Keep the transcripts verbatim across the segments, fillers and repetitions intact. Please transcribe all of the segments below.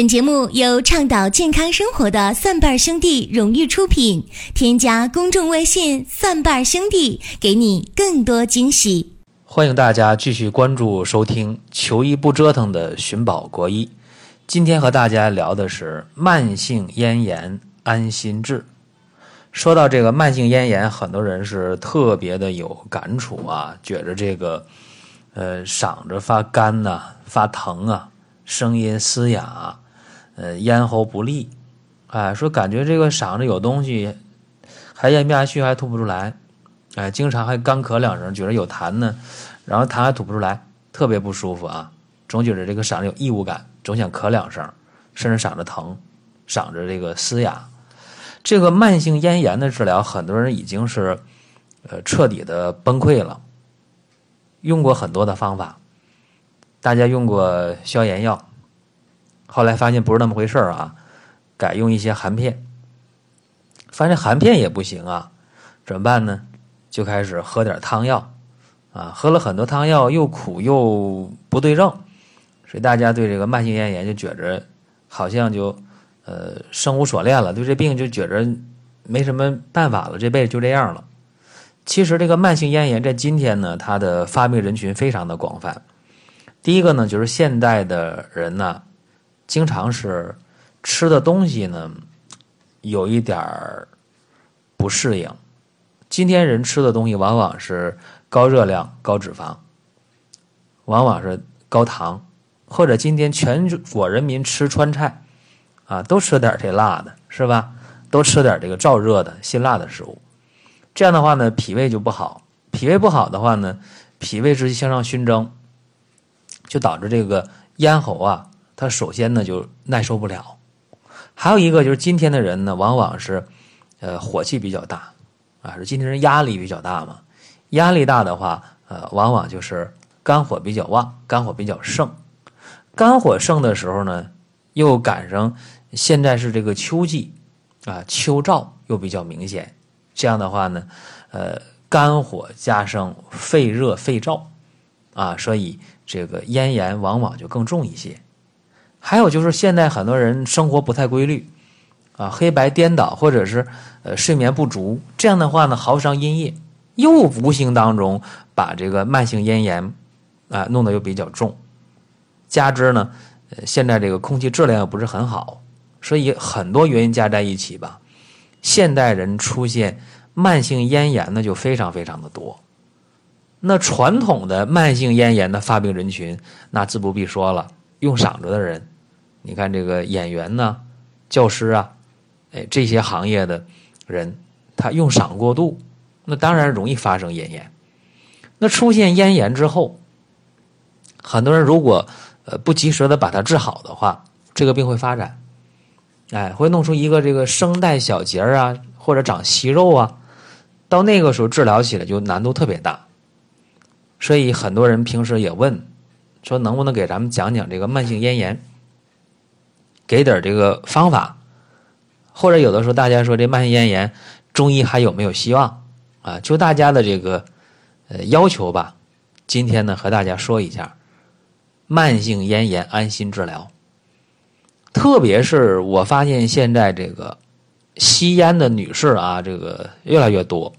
本节目由倡导健康生活的蒜瓣兄弟荣誉出品，添加公众微信蒜瓣兄弟，给你更多惊喜。 欢迎大家继续关注收听求医不折腾的寻宝国医。今天和大家聊的是慢性咽炎安心治。说到这个慢性咽炎，很多人是特别的有感触啊，觉着这个呃嗓子发干呐、啊、发疼啊，声音嘶哑，呃咽喉不利，哎，说感觉这个嗓子有东西还咽不下去，还吐不出来，哎，经常还干咳两声，觉得有痰呢，然后痰还吐不出来，特别不舒服啊，总觉得这个嗓子有异物感，总想咳两声，甚至嗓子疼，嗓子这个嘶哑。这个慢性咽炎的治疗，很多人已经是呃彻底的崩溃了，用过很多的方法，大家用过消炎药，后来发现不是那么回事啊，改用一些含片，发现含片也不行啊，怎么办呢？就开始喝点汤药啊，喝了很多汤药，又苦又不对症，所以大家对这个慢性咽炎就觉着好像就呃生无所恋了，对这病就觉着没什么办法了，这辈子就这样了。其实这个慢性咽炎在今天呢，它的发病人群非常的广泛。第一个呢，就是现代的人呢，经常是吃的东西呢有一点不适应。今天人吃的东西往往是高热量、高脂肪，往往是高糖，或者今天全国人民吃川菜啊，都吃点这辣的，是吧？都吃点这个燥热的辛辣的食物。这样的话呢，脾胃就不好，脾胃不好的话呢，脾胃之气向上熏蒸，就导致这个咽喉啊，它首先呢就耐受不了。还有一个就是今天的人呢，往往是呃火气比较大啊，是今天人压力比较大嘛。压力大的话，呃，往往就是肝火比较旺，肝火比较盛。肝火盛的时候呢，又赶上现在是这个秋季啊，秋燥又比较明显。这样的话呢，呃，肝火加上肺热肺燥啊，所以这个咽炎往往就更重一些。还有就是现在很多人生活不太规律啊，黑白颠倒，或者是呃睡眠不足，这样的话呢，耗伤阴液，又无形当中把这个慢性咽炎啊弄得又比较重。加之呢，呃，现在这个空气质量又不是很好，所以很多原因加在一起吧，现代人出现慢性咽炎呢就非常非常的多。那传统的慢性咽炎的发病人群，那自不必说了，用嗓子的人，你看这个演员呢、教师啊，哎，这些行业的人，他用嗓过度，那当然容易发生咽炎。那出现咽炎之后，很多人如果呃不及时的把它治好的话，这个病会发展，哎，会弄出一个这个声带小结啊，或者长息肉啊，到那个时候治疗起来就难度特别大。所以很多人平时也问说，能不能给咱们讲讲这个慢性咽炎，给点这个方法，或者有的时候大家说这慢性咽炎中医还有没有希望啊？就大家的这个呃要求吧，今天呢和大家说一下慢性咽炎安心治疗。特别是我发现现在这个吸烟的女士啊，这个越来越多，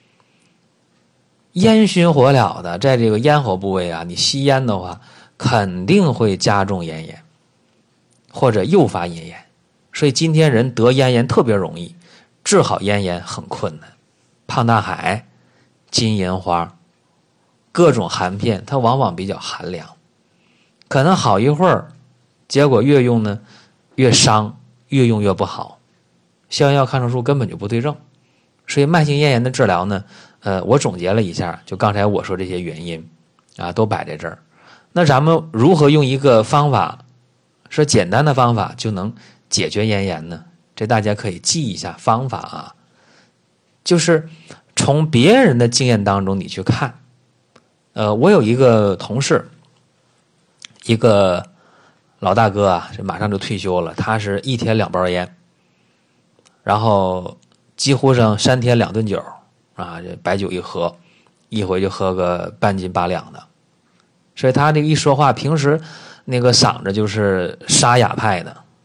烟熏火燎的，在这个咽喉部位啊，你吸烟的话肯定会加重咽炎或者诱发咽炎。所以今天人得咽炎特别容易，治好咽炎很困难。胖大海、金银花各种含片，它往往比较寒凉，可能好一会儿，结果越用呢越伤，越用越不好，消炎药抗生素根本就不对症。所以慢性咽炎的治疗呢，呃，我总结了一下，就刚才我说这些原因啊，都摆在这儿。那咱们如何用一个方法，说简单的方法就能解决咽炎呢？这大家可以记一下方法啊，就是从别人的经验当中你去看。呃，我有一个同事，一个老大哥啊，这马上就退休了，他是一天两包烟，然后几乎上三天两顿酒啊，这白酒一喝，一回就喝个半斤八两的，所以他这个一说话，平时那个嗓子就是沙哑派的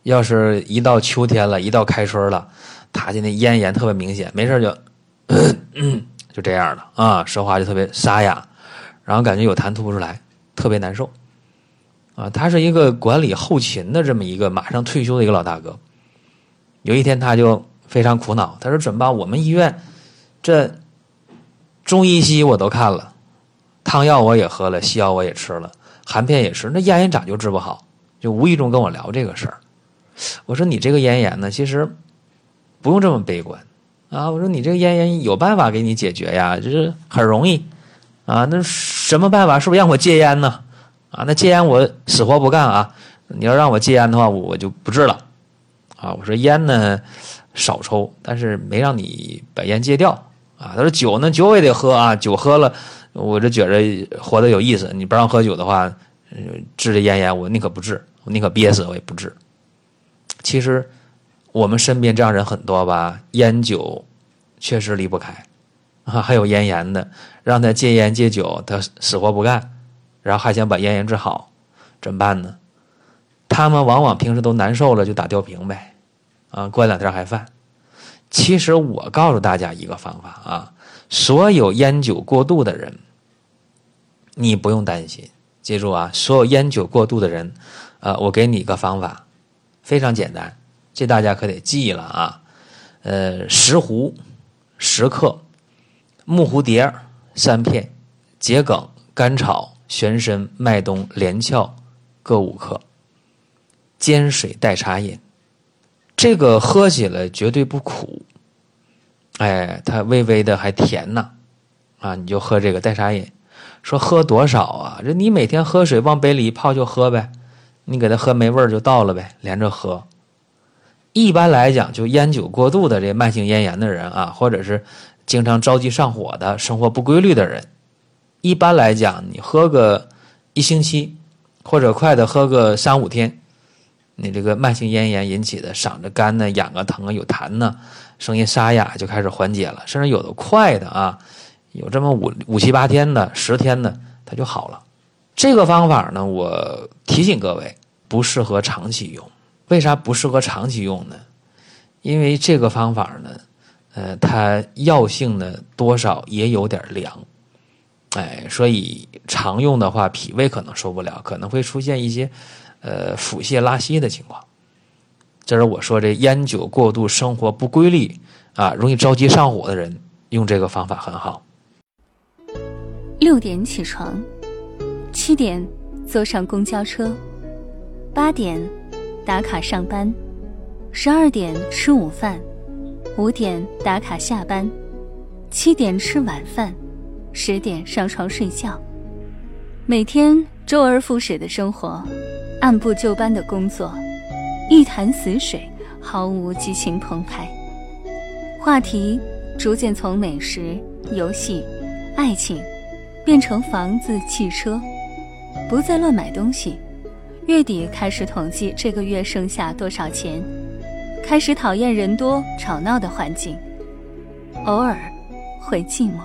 要是一到秋天了，一到开春了，他就那咽炎特别明显，没事就咳咳就这样的啊，说话就特别沙哑，然后感觉有痰吐不出来，特别难受啊。他是一个管理后勤的这么一个马上退休的一个老大哥。有一天他就非常苦恼，他说准吧，我们医院这中医西医我都看了，汤药我也喝了，西药我也吃了，含片也吃，那咽炎咋就治不好？就无意中跟我聊这个事儿。我说你这个咽炎呢，其实不用这么悲观啊。我说你这个咽炎有办法给你解决呀，就是很容易啊。那什么办法？是不是让我戒烟呢？啊，那戒烟我死活不干啊。你要让我戒烟的话，我我就不治了啊。我说烟呢少抽，但是没让你把烟戒掉啊。他说酒呢，酒我也得喝啊，酒喝了我就觉着活得有意思。你不让喝酒的话，治这咽炎我宁可不治，我宁可憋死我也不治。其实我们身边这样人很多吧，烟酒确实离不开啊，还有咽炎的，让他戒烟戒酒，他死活不干，然后还想把咽炎治好，怎么办呢？他们往往平时都难受了，就打吊瓶呗，啊，过两天还犯。其实我告诉大家一个方法啊，所有烟酒过度的人，你不用担心，记住啊，所有烟酒过度的人，呃，我给你一个方法。非常简单，这大家可得记了啊。呃，石斛十克，木蝴蝶三片，桔梗、甘草、玄参、麦冬、连翘各五克，煎水代茶饮。这个喝起来绝对不苦，哎，它微微的还甜呢，啊，你就喝这个代茶饮。说喝多少啊？这你每天喝水往杯里一泡就喝呗。你给他喝没味儿就倒了呗，连着喝。一般来讲，就烟酒过度的这慢性咽炎的人啊，或者是经常着急上火的、生活不规律的人，一般来讲，你喝个一星期，或者快的喝个三五天，你这个慢性咽炎引起的嗓子干呢、痒啊、疼啊、有痰呢、声音沙哑就开始缓解了，甚至有的快的啊，有这么五五七八天的、十天的，它就好了。这个方法呢，我提醒各位不适合长期用。为啥不适合长期用呢？因为这个方法呢，呃，它药性呢多少也有点凉，哎，所以常用的话，脾胃可能受不了，可能会出现一些呃腹泻拉稀的情况。这是我说这烟酒过度、生活不规律啊，容易着急上火的人用这个方法很好。 六点起床，七点坐上公交车，八点打卡上班，十二点吃午饭，五点打卡下班，七点吃晚饭，十点上床睡觉。每天周而复始的生活，按部就班的工作，一潭死水，毫无激情澎湃。话题逐渐从美食、游戏、爱情变成房子、汽车，不再乱买东西。月底开始统计这个月剩下多少钱，开始讨厌人多吵闹的环境，偶尔会寂寞。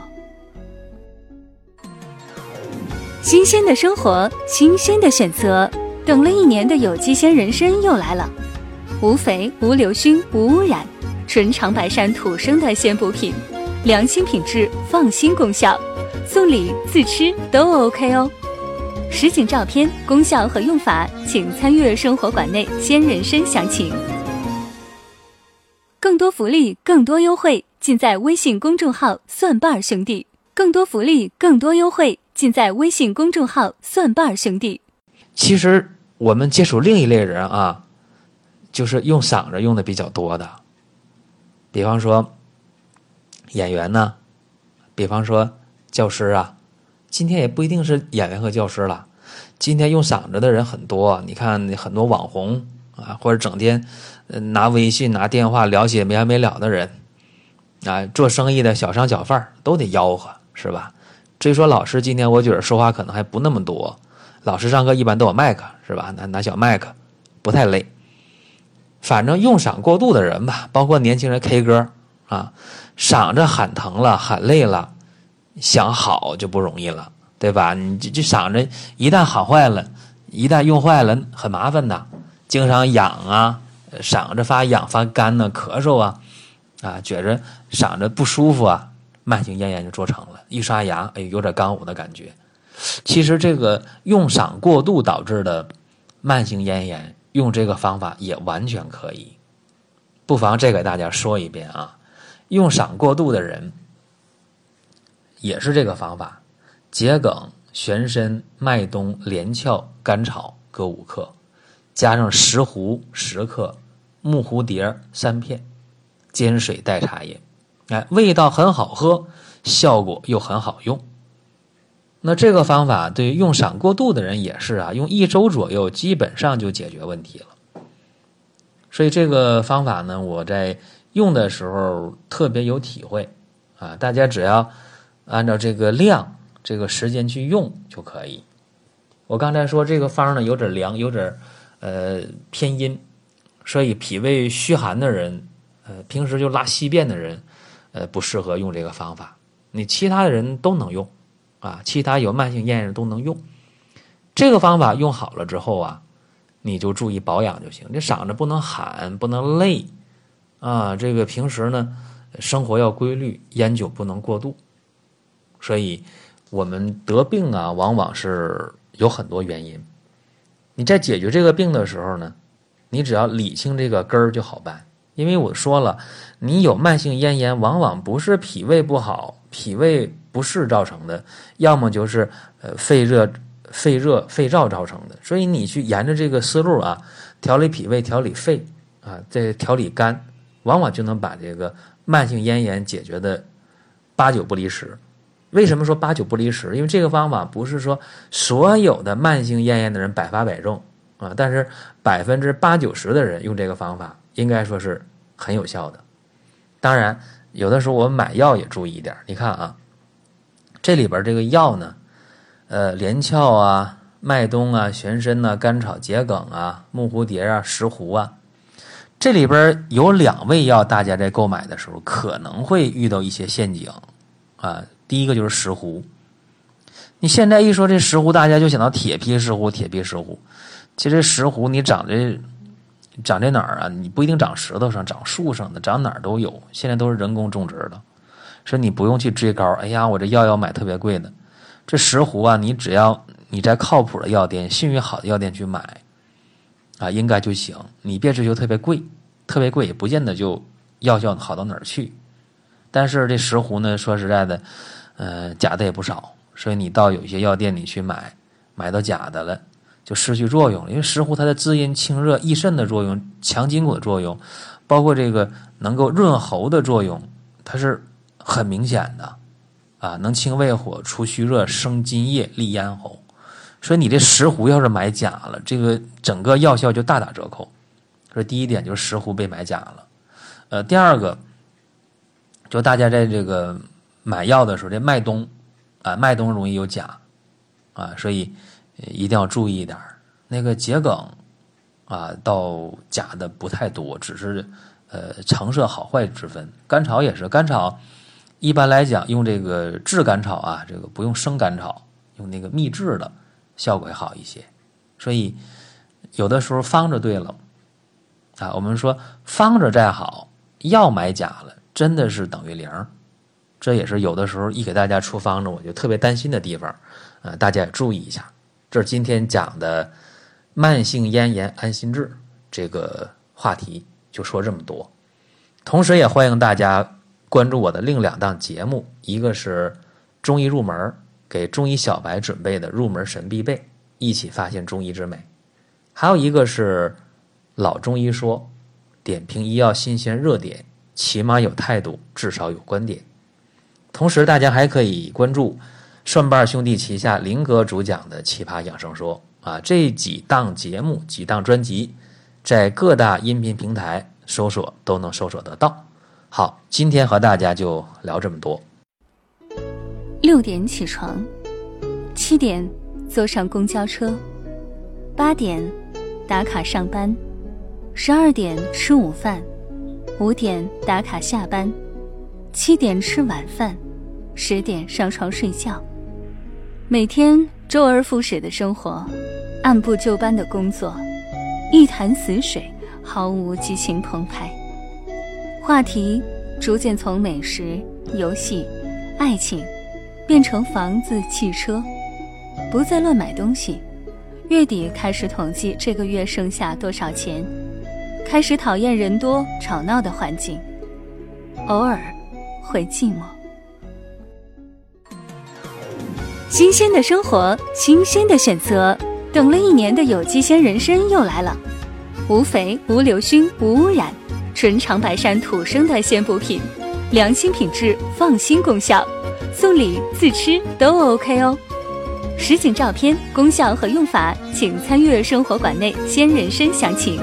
新鲜的生活，新鲜的选择，等了一年的有机鲜人参又来了，无肥、无硫熏、无污染，纯长白山土生的鲜补品，良心品质，放心功效，送礼自吃都 OK 哦。实景照片、功效和用法，请参阅生活馆内鲜人参详情。更多福利，更多优惠，尽在微信公众号蒜瓣兄弟。更多福利，更多优惠，尽在微信公众号蒜瓣兄弟。 其实我们接触另一类人啊，就是用嗓子用的比较多的，比方说演员呢，比方说教师啊，今天也不一定是演员和教师了，今天用嗓子的人很多。你看很多网红啊，或者整天拿微信拿电话了解没完没了的人啊，做生意的小商小贩都得吆喝，是吧？至于说老师，今天我觉得说话可能还不那么多，老师上课一般都有麦克，是吧？拿拿小麦克不太累。反正用嗓过度的人吧，包括年轻人 K 歌啊，嗓子喊疼了喊累了，想好就不容易了，对吧？你这这嗓子一旦喊坏了，一旦用坏了很麻烦的，经常痒啊嗓子发痒发干呢，咳嗽啊啊，觉着嗓子不舒服啊，慢性咽炎就做成了。一刷牙，哎，有点干呕的感觉。其实这个用嗓过度导致的慢性咽炎，用这个方法也完全可以。不妨再给大家说一遍啊，用嗓过度的人也是这个方法：桔梗、玄参、麦冬、连翘、甘草各五克，加上石斛十克、木蝴蝶三片，煎水代茶饮。哎，味道很好喝，效果又很好用。那这个方法对于用嗓过度的人也是啊，用一周左右基本上就解决问题了。所以这个方法呢，我在用的时候特别有体会啊，大家只要按照这个量、这个时间去用就可以。我刚才说这个方呢有点凉，有点呃偏阴，所以脾胃虚寒的人，呃平时就拉稀便的人，呃不适合用这个方法。你其他的人都能用啊，其他有慢性咽炎都能用。这个方法用好了之后啊，你就注意保养就行。这嗓子不能喊，不能累啊。这个平时呢，生活要规律，烟酒不能过度。所以我们得病啊，往往是有很多原因。你在解决这个病的时候呢，你只要理清这个根儿就好办。因为我说了，你有慢性咽炎，往往不是脾胃不好、脾胃不适造成的，要么就是呃肺热、肺热、肺燥造成的。所以你去沿着这个思路啊，调理脾胃、调理肺啊，再调理肝，往往就能把这个慢性咽炎解决的八九不离十。为什么说八九不离十？因为这个方法不是说所有的慢性咽炎的人百发百中啊，但是百分之八九十的人用这个方法，应该说是很有效的。当然，有的时候我们买药也注意一点。你看啊，这里边这个药呢，呃，连翘啊、麦冬啊、玄参啊、甘草、桔梗啊、木蝴蝶啊、石斛啊，这里边有两味药，大家在购买的时候可能会遇到一些陷阱啊。第一个就是石斛。你现在一说这石斛，大家就想到铁皮石斛，铁皮石斛。其实石斛你长这长在哪儿啊？你不一定长石头上，长树上的，长哪儿都有。现在都是人工种植的，所以你不用去追高。哎呀，我这药要买特别贵的。这石斛啊，你只要你在靠谱的药店、信誉好的药店去买啊，应该就行。你别追求特别贵，特别贵也不见得就药效好到哪儿去。但是这石斛呢，说实在的，呃，假的也不少，所以你到有一些药店里去买，买到假的了，就失去作用了。因为石斛它的滋阴清热益肾的作用，强筋骨的作用，包括这个能够润喉的作用，它是很明显的啊，能清胃火、除虚热、生津液、利咽喉。所以你这石斛要是买假了，这个整个药效就大打折扣。这第一点就是石斛被买假了。呃，第二个，就大家在这个买药的时候，这麦冬啊，麦冬容易有假啊，所以一定要注意一点。那个桔梗啊，倒假的不太多，只是呃成色好坏之分。甘草也是，甘草一般来讲用这个炙甘草啊，这个不用生甘草，用那个秘制的效果会好一些。所以有的时候方子对了啊，我们说方子再好，药买假了，真的是等于零。这也是有的时候一给大家出方子，我就特别担心的地方，呃，大家也注意一下。这是今天讲的慢性咽炎安心治这个话题，就说这么多。同时也欢迎大家关注我的另两档节目，一个是中医入门，给中医小白准备的入门神必备，一起发现中医之美；还有一个是老中医说，点评医药新鲜热点，起码有态度，至少有观点。同时大家还可以关注蒜瓣兄弟旗下林哥主讲的奇葩养生说啊，这几档节目几档专辑在各大音频平台搜索都能搜索得到。好，今天和大家就聊这么多。 六点起床，七点坐上公交车，八点打卡上班，十二点吃午饭，五点打卡下班，七点吃晚饭，十点上床睡觉。每天周而复始的生活，按部就班的工作，一潭死水， 毫无激情澎湃。话题逐渐从美食、游戏、爱情变成房子、汽车，不再乱买东西。月底开始统计这个月剩下多少钱，开始讨厌人多吵闹的环境，偶尔会寂寞。新鲜的生活，新鲜的选择，等了一年的有机鲜人参又来了，无肥、无硫熏、无污染，纯长白山土生的鲜补品，良心品质，放心功效，送礼自吃都 OK 哦。实景照片、功效和用法，请参阅生活馆内鲜人参详情。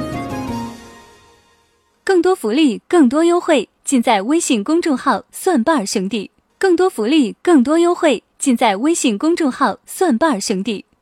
更多福利，更多优惠，尽在微信公众号蒜瓣兄弟。更多福利，更多优惠，尽在微信公众号蒜瓣兄弟。